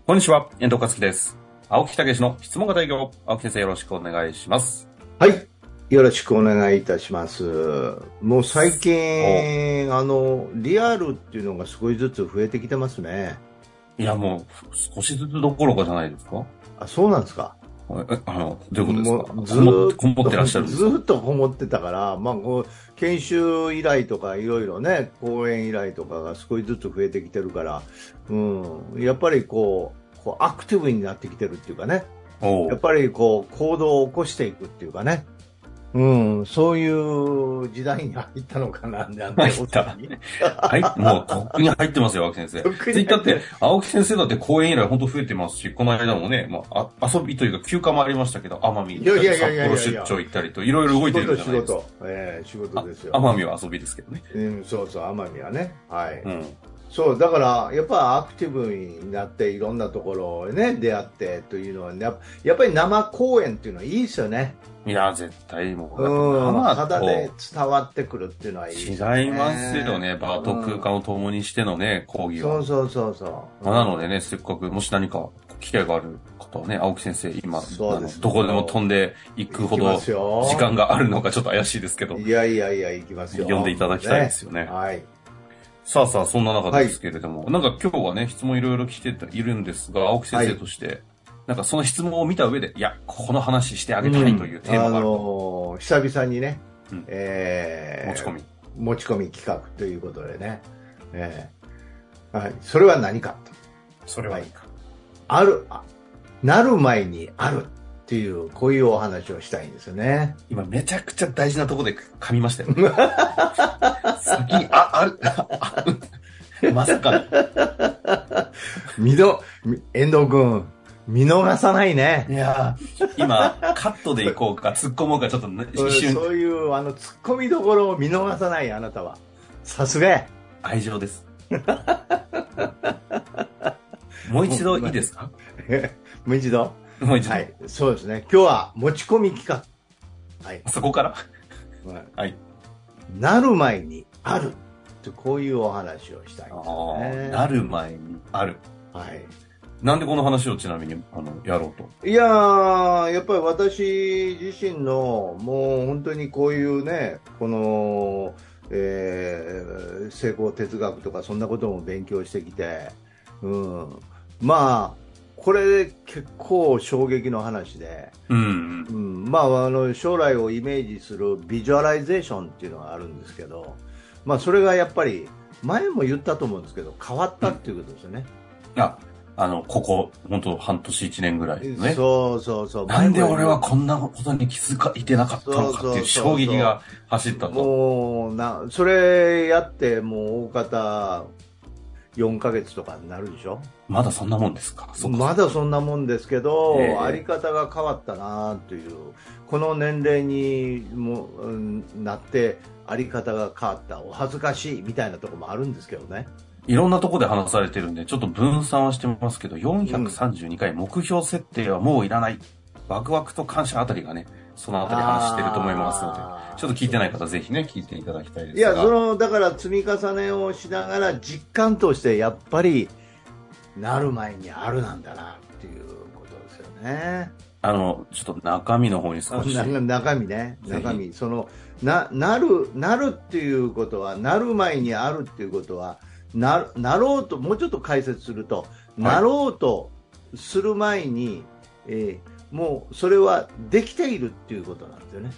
こんにちは、遠藤和樹です。青木武の質問型営業。青木先生、よろしくお願いします。 はい。よろしくお願いいたします。もう最近、リアルっていうのが少しずつ増えてきてますね。 いや、もう、少しずつどころかじゃないですか。 あ、そうなんですか。 どういうことですか。 もうずーっこもってらっしゃるんですか。 ずーっとこもってたから、研修依頼とかいろいろね、講演依頼とかが少しずつ増えてきてるから、やっぱりアクティブになってきてるっていうかね、やっぱり行動を起こしていくっていうかね、そういう時代に入ったのかな、なんて入った。はい、もう、とっくに入ってますよ、青木先生。ツイッターって、青木先生だって講演依頼本当増えてますし、この間もね、遊びというか休暇もありましたけど、奄美行ったり、札幌出張行ったりと、いろいろ動いてるじゃないですか。 仕事ですよ。 奄美は遊びですけどね。 そうそう、奄美はね。はい。 うん。 そう、だから、やっぱアクティブになって、いろんなところへね、出会ってというのは、やっぱり生公演っていうのはいいですよね。 いや、絶対もう、 肌で伝わってくるっていうのはいいですよね。 違いますよね。場と空間を共にしてのね、講義は。 そう。 なのでね、せっかく、もし何か機会がある方はね、青木先生、今、 そうです。 どこでも飛んでいくほど、時間があるのかちょっと怪しいですけど。 いや、行きますよ。 読んでいただきたいですよね。 はい。 さあさあ、そんな中ですけれども、なんか今日はね、質問いろいろ来ているんですが、青木先生として、なんかその質問を見た上で、いや、この話してあげたいというテーマがあると。 久々にね、持ち込み企画ということでね、はい、それは何かと。 それは何か。 なる前にあるっていう、こういうお話をしたいんですよね。 今めちゃくちゃ大事なところで噛みましたよね。先に、まさかの。 遠藤君、見逃さないね。 いや今、カットでいこうか、突っ込もうか、ちょっと、ね、 一瞬。そういう、突っ込みどころを見逃さない、あなたは。さすがや。 愛情です。もう一度いいですか？ もう一度。 はい、 そうですね。今日は持ち込み企画。 はい。そこからはい。 なる前にある。こういうお話をしたいんですよね。 なる前にある。 はい。 なんでこの話をちなみにやろうと。 いやー、やっぱり私自身のもう本当にこういうね、この、成功哲学とかそんなことも勉強してきて、これ結構衝撃の話で、将来をイメージするビジュアライゼーションっていうのがあるんですけど、それがやっぱり前も言ったと思うんですけど変わったっていうことですよね。 ここ、本当半年1年ぐらいね。 そう。 なんで俺はこんなことに気づいてなかったのかっていう衝撃が走ったと。 それやってもう大方4ヶ月とかになるでしょ。 まだそんなもんですか。 まだそんなもんですけど、あり方が変わったなという、この年齢にもなってあり方が変わった、お恥ずかしいみたいなところもあるんですけどね。 いろんなところで話されてるんで、ちょっと分散はしてますけど、432回目標設定はもういらない。ワクワクと感謝あたりがね、そのあたり話してると思いますので、ちょっと聞いてない方ぜひね、聞いていただきたいですが。 いや、だから積み重ねをしながら実感としてやっぱり、なる前にあるなんだなっていうことですよね。 ちょっと中身の方に少し。 中身ね。中身。なるっていうことは、なる前にあるっていうことは、なろうと、もうちょっと解説すると、なろうとする前に、もうそれはできているっていうことなんですよね。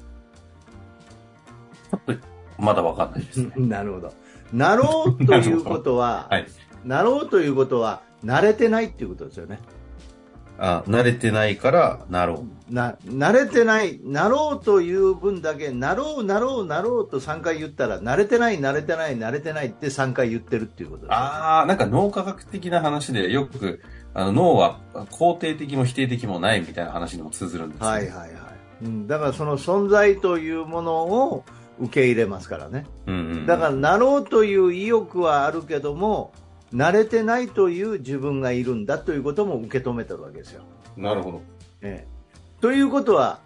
ちょっとまだわかんないですね。 なるほど。なろうということは、なろうということは、慣れてないっていうことですよね。 慣れてないからなろう。 慣れてない、なろうという分だけ、なろうと3回言ったら、慣れてないって3回言ってるっていうことです。 なんか脳科学的な話でよく、脳は肯定的も否定的もないみたいな話にも通ずるんですよね。 だからその存在というものを受け入れますからね。だから、なろうという意欲はあるけども、慣れてないという自分がいるんだということも受け止めてるわけですよ。 なるほど。 ということは、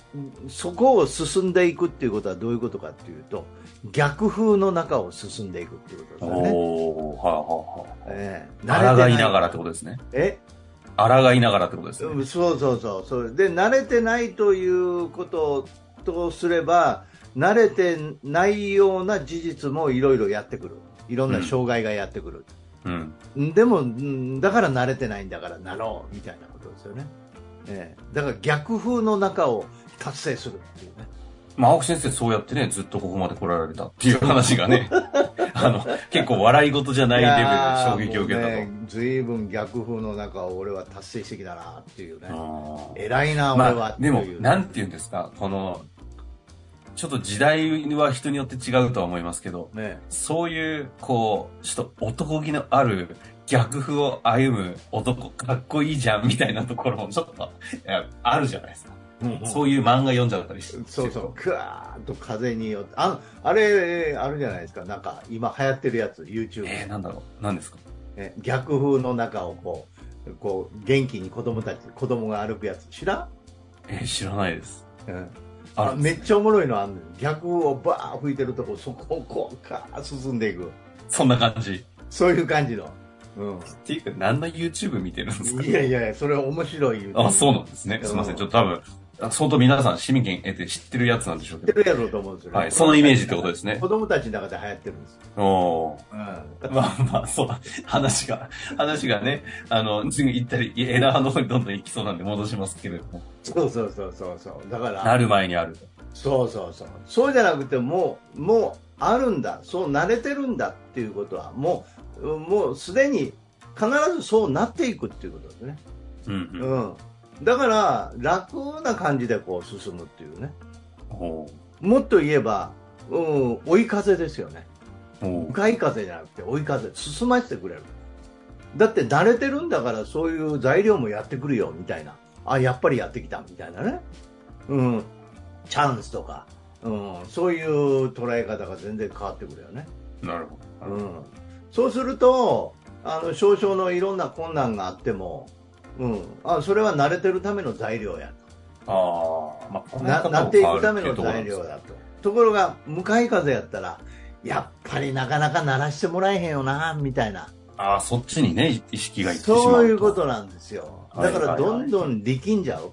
そこを進んでいくっていうことはどういうことかっていうと、逆風の中を進んでいくっていうことですよね。 おー、はい。抗いながらってことですね。抗いながらってことですね。 そうそれで、慣れてないということとすれば、慣れてないような事実もいろいろやってくる。いろんな障害がやってくる。でも、だから慣れてないんだからなろうみたいなことですよね。だから逆風の中を達成するっていうね。 青木先生そうやってね、ずっとここまで来られたっていう話がね、結構笑い事じゃないレベルで衝撃を受けたと。 随分逆風の中を俺は達成してきたなっていうね。偉いな、俺はっていう、 でも、なんて言うんですか、ちょっと時代は人によって違うとは思いますけど、そういう、ちょっと男気のある逆風を歩む男、かっこいいじゃんみたいなところもちょっとあるじゃないですか。そういう漫画読んじゃったりして。 そう、クワーッと風によって。あれ、あるじゃないですか。なんか、今流行ってるやつ、YouTube。 なんだろう。何ですか？ 逆風の中を元気に子供が歩くやつ。知らん？ 知らないです。 めっちゃおもろいのあんのよ。逆風をバー吹いてるとこ、そこを進んでいく。 そんな感じ。 そういう感じの。 っていうか、何の YouTube 見てるんですか？ いや、それは面白い YouTube。 そうなんですね。すみません。ちょっと多分、相当皆さん市民権得て知ってるやつなんでしょうけど。 知ってるやろうと思うんですよね。 はい、そのイメージってことですね。 子供たちの中で流行ってるんですよ。そう、話がね、次行ったり、枝葉の方にどんどん行きそうなんで戻しますけれども。 そう。だから。 なる前にある。 そう。そうじゃなくて、もう、あるんだ。そう慣れてるんだっていうことは、もうすでに必ずそうなっていくっていうことですね。だから楽な感じで進むっていうね。もっと言えば、追い風ですよね。向かい風じゃなくて追い風、進ませてくれる。だって慣れてるんだから、そういう材料もやってくるよみたいな。やっぱりやってきたみたいなね。チャンスとか、そういう捉え方が全然変わってくるよね。 なるほど。 そうすると、少々のいろんな困難があっても、それは慣れてるための材料やと。なっていくための材料だと。ところが、向かい風やったら、やっぱりなかなか慣らしてもらえへんよな、みたいな。 そっちにね、意識がいってしまう。 そういうことなんですよ。だから、どんどん力んじゃう。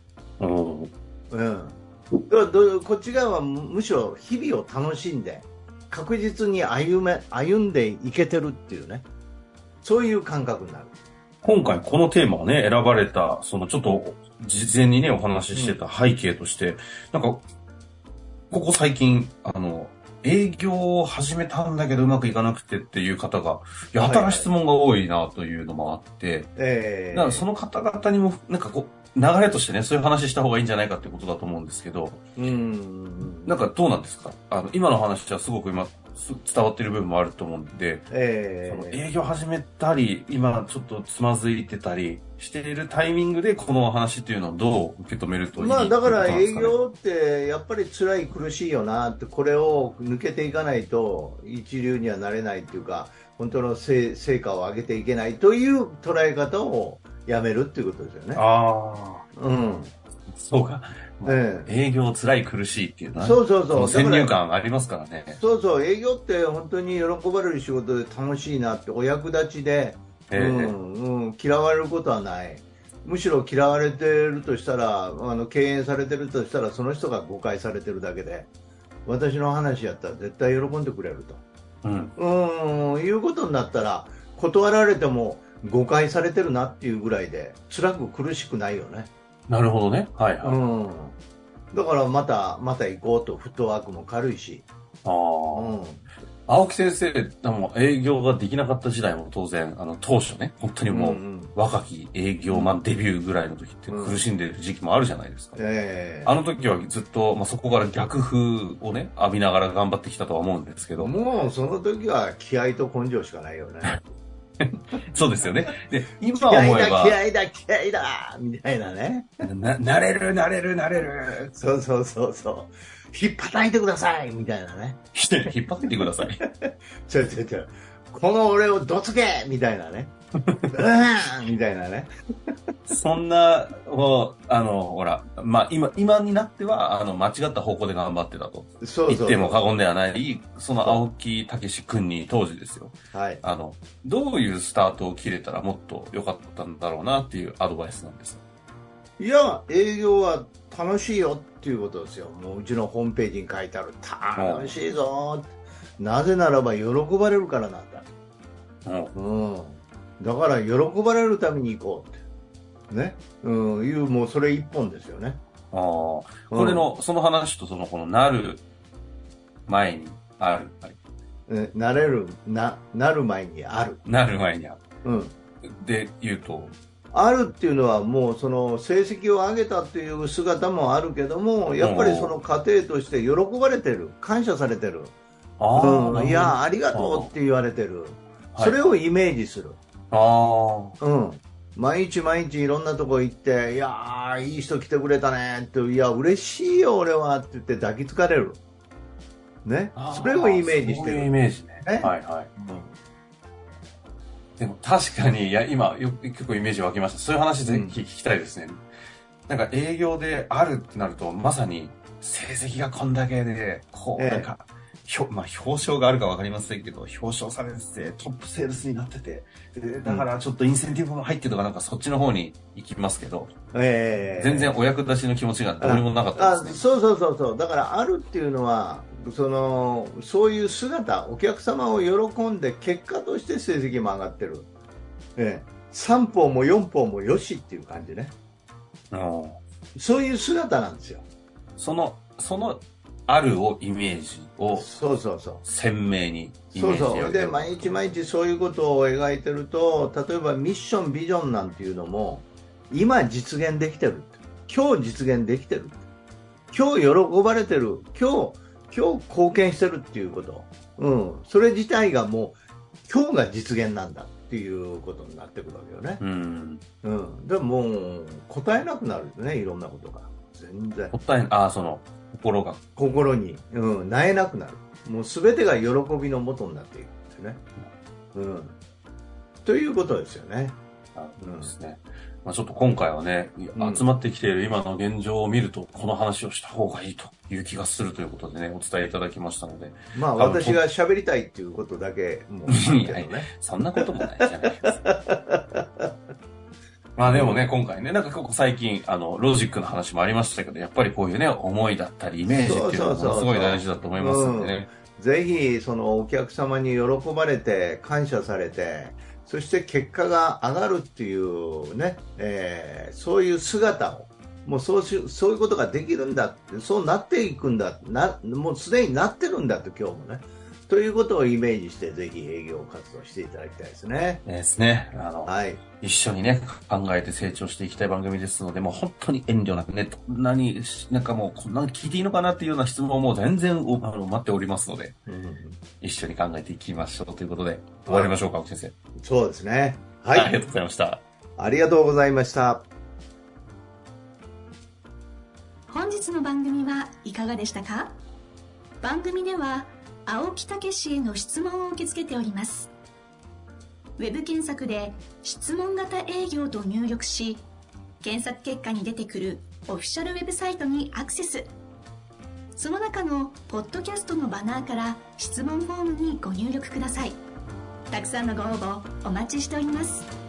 こっち側はむしろ日々を楽しんで、確実に歩んでいけてるっていうね。そういう感覚になる。 今回このテーマがね、選ばれた、ちょっと事前にね、お話ししてた背景として、なんか、ここ最近、営業を始めたんだけどうまくいかなくてっていう方が、やたら質問が多いなというのもあって、だからその方々にも、なんか流れとしてね、そういう話した方がいいんじゃないかってことだと思うんですけど、なんかどうなんですか？今の話はすごく伝わってる部分もあると思うんで、その営業始めたり、今ちょっとつまずいてたりしているタイミングでこの話っていうのをどう受け止めるといいだから営業ってやっぱり辛い苦しいよなって、これを抜けていかないと一流にはなれないっていうか、本当の成果を上げていけないという捉え方をやめるっていうことですよね。 そうか。営業辛い苦しいっていうのは、 そう先入観ありますからね。 営業って本当に喜ばれる仕事で楽しいなって、お役立ちで、嫌われることはない。むしろ嫌われてるとしたら、敬遠されてるとしたら、その人が誤解されてるだけで、私の話やったら絶対喜んでくれると、いうことになったら、断られても誤解されてるなっていうぐらいで辛く苦しくないよね。 なるほどね。はい。 だからまた行こうと、フットワークも軽いし。 青木先生、営業ができなかった時代も当然、当初ね、本当にもう、若き営業マンデビューぐらいの時って苦しんでる時期もあるじゃないですか。あの時はずっと、そこから逆風をね、浴びながら頑張ってきたとは思うんですけど。 もうその時は気合と根性しかないよね。 そうですよね。で、今思えば。 気合だみたいなね。 なれる。 そう。引っ叩いてくださいみたいなね。 引っ張ってください。 違う。 この俺をどつけみたいなね。みたいなね。 そんな、ほら、まあ、今になっては、間違った方向で頑張ってたと。 そう言っても過言ではない、その青木武君に当時ですよ。 はい。 どういうスタートを切れたらもっと良かったんだろうなっていうアドバイスなんです。 いや、営業は楽しいよっていうことですよ。もううちのホームページに書いてある。楽しいぞ。なぜならば喜ばれるからなんだ。だから喜ばれるために行こうって。ね。もうそれ一本ですよね。 これの、その話とこのなる前にある。 なる前にある。 なる前にある。 うん。 で、言うと。 あるっていうのはもうその成績を上げたっていう姿もあるけども、やっぱりその過程として喜ばれてる。感謝されてる。いや、ありがとうって言われてる。それをイメージする。毎日毎日いろんなとこ行って、いやー、いい人来てくれたねって、いや、嬉しいよ俺はって言って抱きつかれる。ね。それをイメージしてる。 そういうイメージね。はいはい。でも確かに、いや、今、結構イメージ湧きました。そういう話ぜひ聞きたいですね。なんか営業であるってなると、まさに成績がこんだけで、なんか、表彰があるかわかりませんけど、表彰されてて、トップセールスになってて、だからちょっとインセンティブが入ってとかなんかそっちの方に行きますけど、全然お役立ちの気持ちがどうにもなかったですね。 そう。だからあるっていうのは、そういう姿、お客様を喜んで結果として成績も上がってる。3歩も4歩もよしっていう感じね。そういう姿なんですよ。 そのあるをイメージを鮮明にイメージをそうで毎日毎日そういうことを描いてると、例えばミッションビジョンなんていうのも今実現できてる、今日実現できてる、今日喜ばれてる、今日貢献してるっていうこと、それ自体がもう今日が実現なんだっていうことになってくるわけよね。でももう答えなくなるよね、いろんなことが全然心に、なえなくなる。もう全てが喜びの元になっていくんですね。ということですよね。 ですね。ちょっと今回はね、集まってきている今の現状を見ると、この話をした方がいいという気がするということでね、お伝えいただきましたので。 私が喋りたいっていうことだけもういいけどね。 そんなこともないじゃないですか。でもね、今回ね、なんかここ最近、ロジックの話もありましたけど、やっぱりこういうね、思いだったり、イメージっていうのがすごい大事だと思いますんでね。 ぜひ、お客様に喜ばれて、感謝されて、そして結果が上がるっていうね、そういう姿を、もうそういうことができるんだって、そうなっていくんだ、もうすでになってるんだと今日もね。ということをイメージして、ぜひ営業活動していただきたいですね。 ですね。一緒にね、考えて成長していきたい番組ですので、もう本当に遠慮なくね、どんなに、なんかもう、こんなに聞いていいのかなっていうような質問も全然待っておりますので、一緒に考えていきましょうということで、終わりましょうか、青木先生。 そうですね。はい。 ありがとうございました。 ありがとうございました。 本日の番組はいかがでしたか？番組では、青木武氏への質問を受け付けております。ウェブ検索で質問型営業と入力し、検索結果に出てくるオフィシャルウェブサイトにアクセス。その中のポッドキャストのバナーから質問フォームにご入力ください。たくさんのご応募お待ちしております。